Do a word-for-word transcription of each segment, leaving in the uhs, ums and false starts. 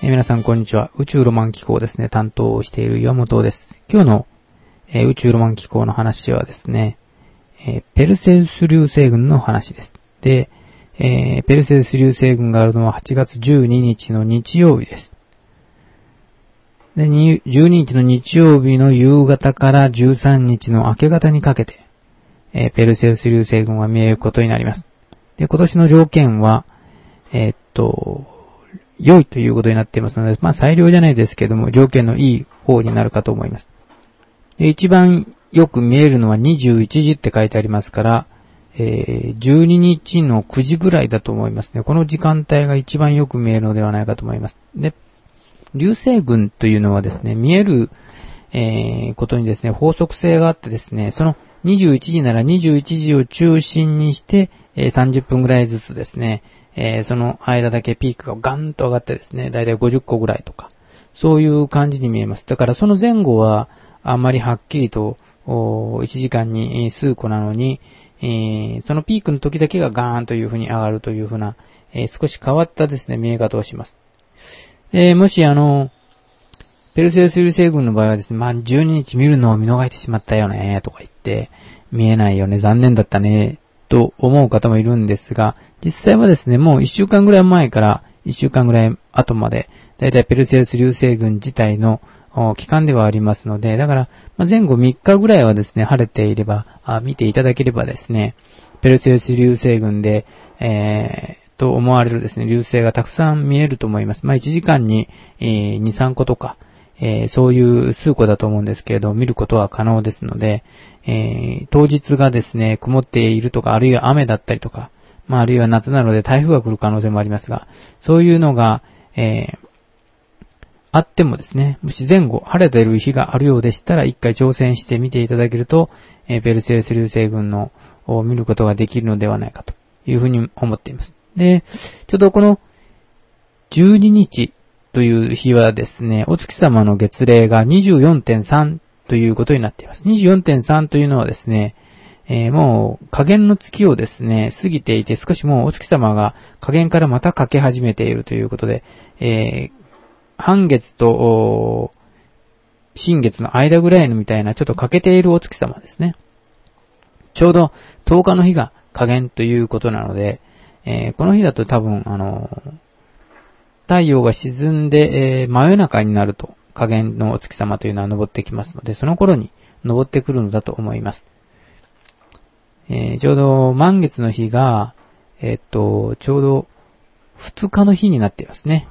えー、皆さんこんにちは。宇宙ロマン機構ですね、担当をしている岩本です。今日の、えー、宇宙ロマン機構の話はですね、えー、ペルセウス流星群の話です。で、えー、ペルセウス流星群があるのははちがつじゅうににちの日曜日です。で、じゅうににちの日曜日の夕方からじゅうさんにちの明け方にかけて、えー、ペルセウス流星群が見えることになります。で、今年の条件は、えー、っと、良いということになっていますので、まあ最良じゃないですけども、条件のいい方になるかと思います。で、一番よく見えるのはにじゅういちじって書いてありますから、えー、じゅうににちのくじぐらいだと思いますね。この時間帯が一番よく見えるのではないかと思います。で、流星群というのはですね、見える、えー、ことにですね、法則性があってですね、そのにじゅういちじならにじゅういちじを中心にして、えー、さんじゅっぷんぐらいずつですね、えー、その間だけピークがガンと上がってですね、だいたいごじゅっこぐらいとか、そういう感じに見えます。だからその前後はあんまりはっきりといちじかんに数個なのに、えー、そのピークの時だけがガーンという風に上がるという風な、えー、少し変わったですね、見え方をします。えー、もしあの、ペルセウス流星群の場合はですね、まあじゅうににち見るのを見逃してしまったよね、とか言って、見えないよね、残念だったね、と思う方もいるんですが、実際はですね、もういっしゅうかんぐらい前からいっしゅうかんぐらい後まで、だいたいペルセウス流星群自体の期間ではありますので、だから、まあ、前後みっかぐらいはですね、晴れていれば、あ見ていただければですね、ペルセウス流星群で、えー、と思われるですね、流星がたくさん見えると思います。まあ、いちじかんに、えー、に、さんことか、えー、そういう数個だと思うんですけれど、見ることは可能ですので、えー、当日がですね、曇っているとか、あるいは雨だったりとか、まあ、あるいは夏なので台風が来る可能性もありますが、そういうのが、えー、あってもですね、もし前後晴れている日があるようでしたら、一回挑戦してみていただけると、えー、ペルセウス流星群のを見ることができるのではないかというふうに思っています。で、ちょうどこのじゅうににちという日はですね、お月様の月齢が にじゅうよんてんさん ということになっています。にじゅうよんてんさん というのはですね、えー、もう下限の月をですね、過ぎていて少しもうお月様が下限からまた欠け始めているということで、えー、半月と新月の間ぐらいのみたいなちょっと欠けているお月様ですね。ちょうどとおかの日が下限ということなので、えー、この日だと多分あのー、太陽が沈んで、えー、真夜中になると下限のお月様というのは昇ってきますので、その頃に昇ってくるのだと思います。えー、ちょうど満月の日が、えー、っと、ちょうどふつかの日になっていますね。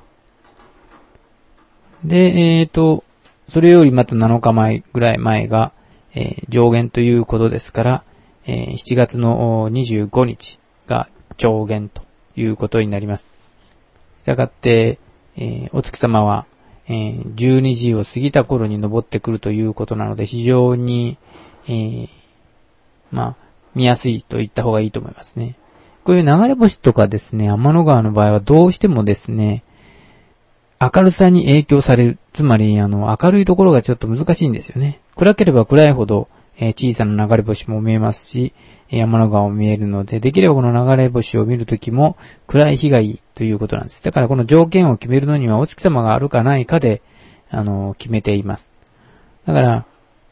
で、えー、っと、それよりまたなのかまえぐらい前が、えー、上限ということですから、えー、しちがつのにじゅうごにちが上限ということになります。したがって、えー、お月様は、えー、じゅうにじを過ぎた頃に昇ってくるということなので、非常に、えー、まあ、見やすいと言った方がいいと思いますね。こういう流れ星とかですね、天の川の場合はどうしてもですね、明るさに影響される。つまり、あの、明るいところがちょっと難しいんですよね。暗ければ暗いほど、えー、小さな流れ星も見えますし、天の川も見えるので、できればこの流れ星を見るときも暗い日がいいということなんです。だからこの条件を決めるのにはお月様があるかないかで、あの、決めています。だから、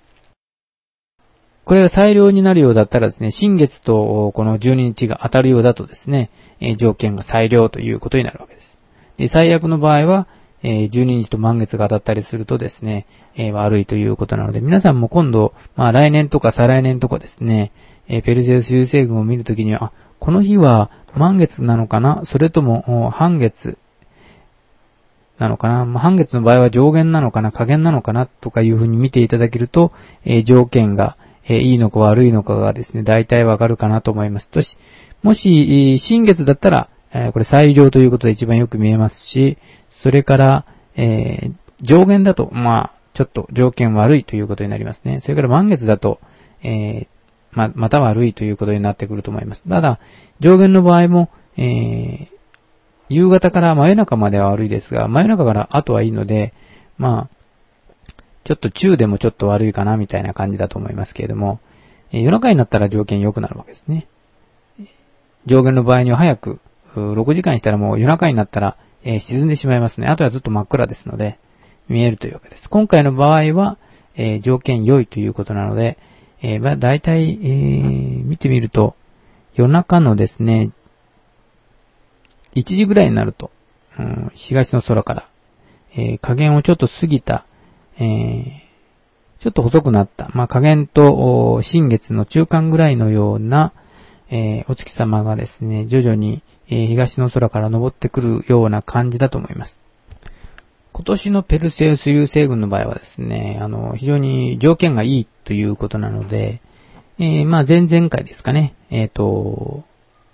これが最良になるようだったらですね、新月とこのじゅうににちが当たるようだとですね、えー、条件が最良ということになるわけです。で、最悪の場合は、えー、じゅうににちと満月が当たったりするとですね、えー、悪いということなので、皆さんも今度、まあ来年とか再来年とかですね、えー、ペルセウス流星群を見るときには、あ、この日は満月なのかな、それとも半月なのかな、まあ、半月の場合は上限なのかな、下限なのかなとかいうふうに見ていただけると、えー、条件が、えー、いいのか悪いのかがですね、大体わかるかなと思います。とし、もし、新月だったら、えー、これ最良ということで一番よく見えますし、それから、えー、上限だと、まあ、ちょっと条件悪いということになりますね。それから満月だと、えー、ま、また悪いということになってくると思います。ただ、上限の場合も、えー、夕方から真夜中までは悪いですが、真夜中から後はいいので、まあ、ちょっと中でもちょっと悪いかなみたいな感じだと思いますけれども、えー、夜中になったら条件良くなるわけですね。上限の場合には早く、ろくじかんしたらもう夜中になったら、 えー、沈んでしまいますね。あとはずっと真っ暗ですので、見えるというわけです。今回の場合は、えー、条件良いということなので、えー、まあ、大体、えー、見てみると、夜中のですね、いちじぐらいになると、うん、東の空から、えー、下限をちょっと過ぎた、えー、ちょっと細くなった、まあ、下限と新月の中間ぐらいのような、えー、お月様がですね、徐々に、えー、東の空から昇ってくるような感じだと思います。今年のペルセウス流星群の場合はですね、あの、非常に条件がいいということなので、えー、まあ、前々回ですかね、えっと、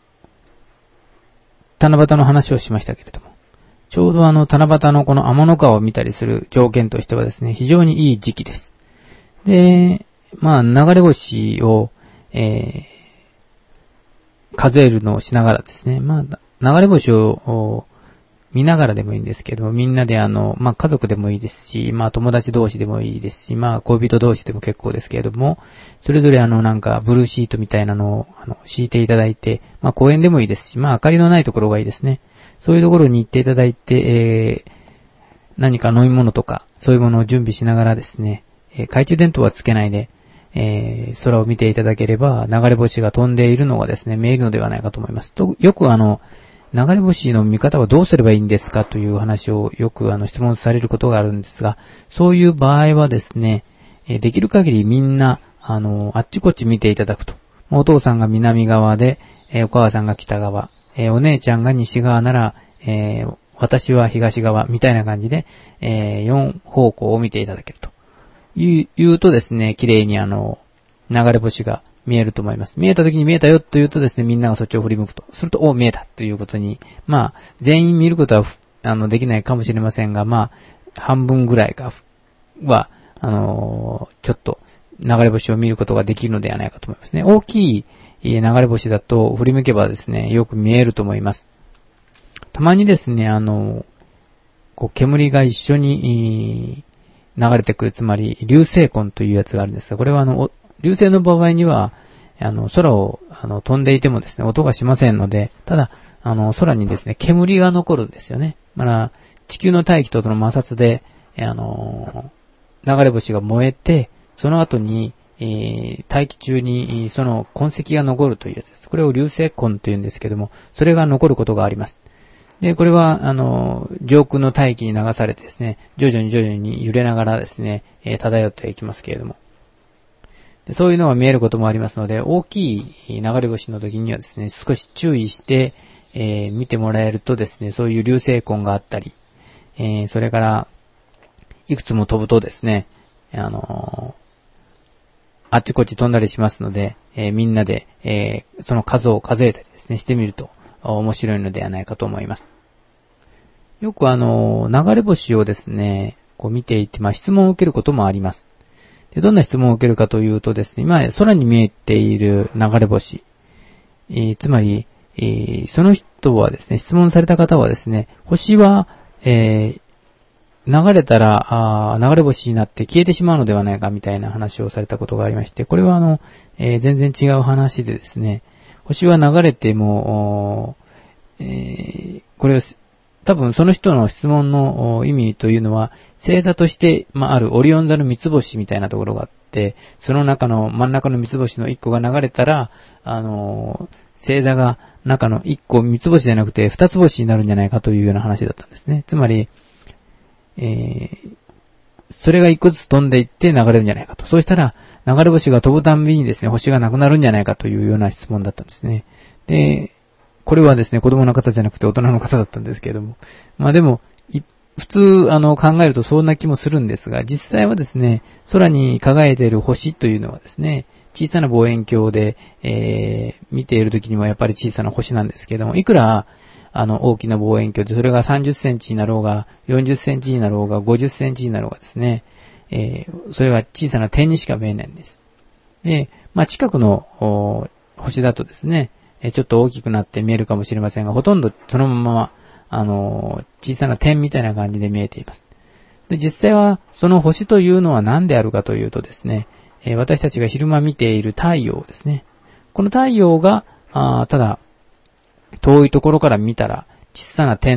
七夕の話をしましたけれども、ちょうどあの、七夕のこの天の川を見たりする条件としてはですね、非常にいい時期です。で、まあ、流れ星を、えー、数えるのをしながらですね、まあ、流れ星を見ながらでもいいんですけども、みんなであの、まあ、家族でもいいですし、まあ、友達同士でもいいですし、まあ、恋人同士でも結構ですけれども、それぞれあの、なんか、ブルーシートみたいなのを、あの、敷いていただいて、まあ、公園でもいいですし、まあ、明かりのないところがいいですね。そういうところに行っていただいて、えー、何か飲み物とか、そういうものを準備しながらですね、えー、懐中電灯はつけないで、えー、空を見ていただければ、流れ星が飛んでいるのがですね、見えるのではないかと思います。と、よくあの、流れ星の見方はどうすればいいんですかという話をよくあの質問されることがあるんですが、そういう場合はですね、えできる限りみんな、あの、あっちこっち見ていただくと。お父さんが南側で、えお母さんが北側、えお姉ちゃんが西側なら、えー、私は東側みたいな感じで、えー、よん方向を見ていただけると。いう、言うとですね、綺麗にあの、流れ星が見えると思います。見えた時に見えたよと言うとですね、みんながそっちを振り向くと。すると、お、見えたということに、まあ、全員見ることは、あの、できないかもしれませんが、まあ、半分ぐらいか、は、あのー、ちょっと、流れ星を見ることができるのではないかと思いますね。大きい流れ星だと、振り向けばですね、よく見えると思います。たまにですね、あの、こう、煙が一緒に、流れてくる、つまり、流星痕というやつがあるんですが、これはあの、流星の場合には、あの、空を、あの、飛んでいてもですね、音がしませんので、ただ、あの、空にですね、煙が残るんですよね。まだ、地球の大気との摩擦で、あの、流れ星が燃えて、その後に、えー、大気中に、その痕跡が残るというやつです。これを流星痕というんですけども、それが残ることがあります。で、これは、あの、上空の大気に流されてですね、徐々に徐々に揺れながらですね、えー、漂っていきますけれども。で、そういうのが見えることもありますので、大きい流れ星の時にはですね、少し注意して、えー、見てもらえるとですね、そういう流星痕があったり、えー、それから、いくつも飛ぶとですね、あのー、あっちこっち飛んだりしますので、えー、みんなで、えー、その数を数えたりですね、してみると、面白いのではないかと思います。よくあの、流れ星をですね、こう見ていて、まあ質問を受けることもあります。で、どんな質問を受けるかというとですね、今空に見えている流れ星、えー、つまり、えー、その人はですね、質問された方はですね、星は、えー、流れたらあ、流れ星になって消えてしまうのではないかみたいな話をされたことがありまして、これはあの、えー、全然違う話でですね、星は流れても、えー、これは多分その人の質問の意味というのは、星座として、まあ、あるオリオン座の三つ星みたいなところがあって、その中の真ん中の三つ星の一個が流れたら、あの、星座が中の一個三つ星じゃなくて二つ星になるんじゃないかというような話だったんですね。つまり、えー、それが一個ずつ飛んでいって流れるんじゃないかと。そうしたら、流れ星が飛ぶたんびにですね、星がなくなるんじゃないかというような質問だったんですね。で、これはですね、子供の方じゃなくて大人の方だったんですけれども。まあでも、普通、あの、考えるとそんな気もするんですが、実際はですね、空に輝いている星というのはですね、小さな望遠鏡で、えー、見ているときにはやっぱり小さな星なんですけれども、いくら、あの、大きな望遠鏡で、それがさんじゅっセンチになろうが、よんじゅっセンチになろうが、ごじゅっセンチになろうがですね、えー、それは小さな点にしか見えないんです。で、まあ、近くの星だとですね、ちょっと大きくなって見えるかもしれませんが、ほとんどそのまま、あの、小さな点みたいな感じで見えています。で、実際は、その星というのは何であるかというとですね、えー、私たちが昼間見ている太陽ですね。この太陽が、あただ、遠いところから見たら、小さな点の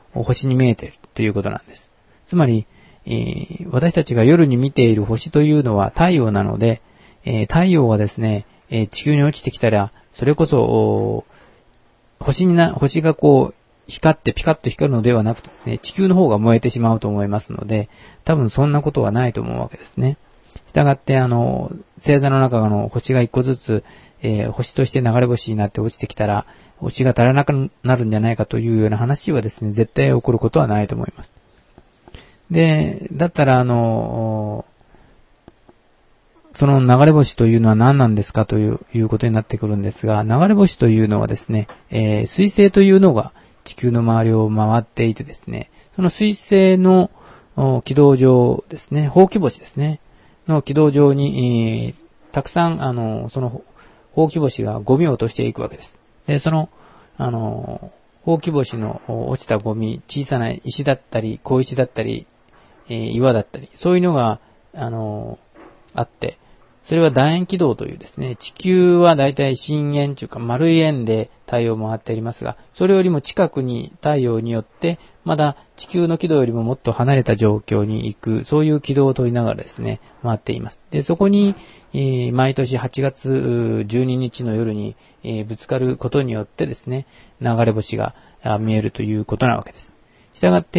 星に見えているということなんです。つまり、えー、私たちが夜に見ている星というのは太陽なので、えー、太陽がですね、えー、地球に落ちてきたら、それこそ、星にな、星がこう、光ってピカッと光るのではなくてですね、地球の方が燃えてしまうと思いますので、多分そんなことはないと思うわけですね。したがって、あの、星座の中の星が一個ずつ、えー、星として流れ星になって落ちてきたら、星が足らなくなるんじゃないかというような話はですね、絶対起こることはないと思います。で、だったら、あの、その流れ星というのは何なんですかという、いうことになってくるんですが、流れ星というのはですね、えー、水星というのが地球の周りを回っていてですね、その水星の軌道上ですね、ほうき星ですね、の軌道上に、えー、たくさん、あの、その、ほうき星がゴミを落としていくわけです。で、その、あの、ほうき星の落ちたゴミ、小さな石だったり、小石だったり、えー、岩だったり、そういうのが、あの、あって、それは楕円軌道というですね、地球はだいたい深円というか丸い円で太陽を回っておりますが、それよりも近くに太陽によって、まだ地球の軌道よりももっと離れた状況に行く、そういう軌道を取りながらですね、回っています。で、そこに、えー、毎年はちがつじゅうににちの夜に、えー、ぶつかることによってですね、流れ星が見えるということなわけです。したがって、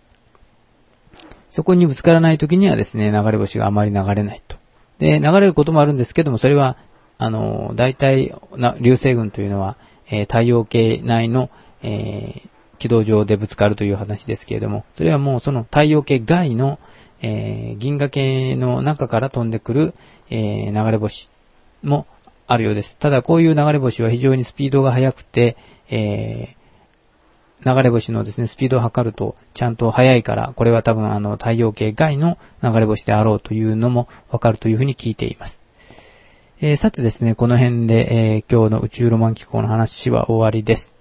そこにぶつからないときにはですね、流れ星があまり流れないと。で、流れることもあるんですけども、それは、あの、大体、流星群というのは、えー、太陽系内の、えー、軌道上でぶつかるという話ですけれども、それはもうその太陽系外の、えー、銀河系の中から飛んでくる、えー、流れ星もあるようです。ただ、こういう流れ星は非常にスピードが速くて、えー、流れ星のですね、スピードを測るとちゃんと速いから、これは多分あの太陽系外の流れ星であろうというのもわかるというふうに聞いています。えー、さてですね、この辺で、えー、今日の宇宙ロマン機構の話は終わりです。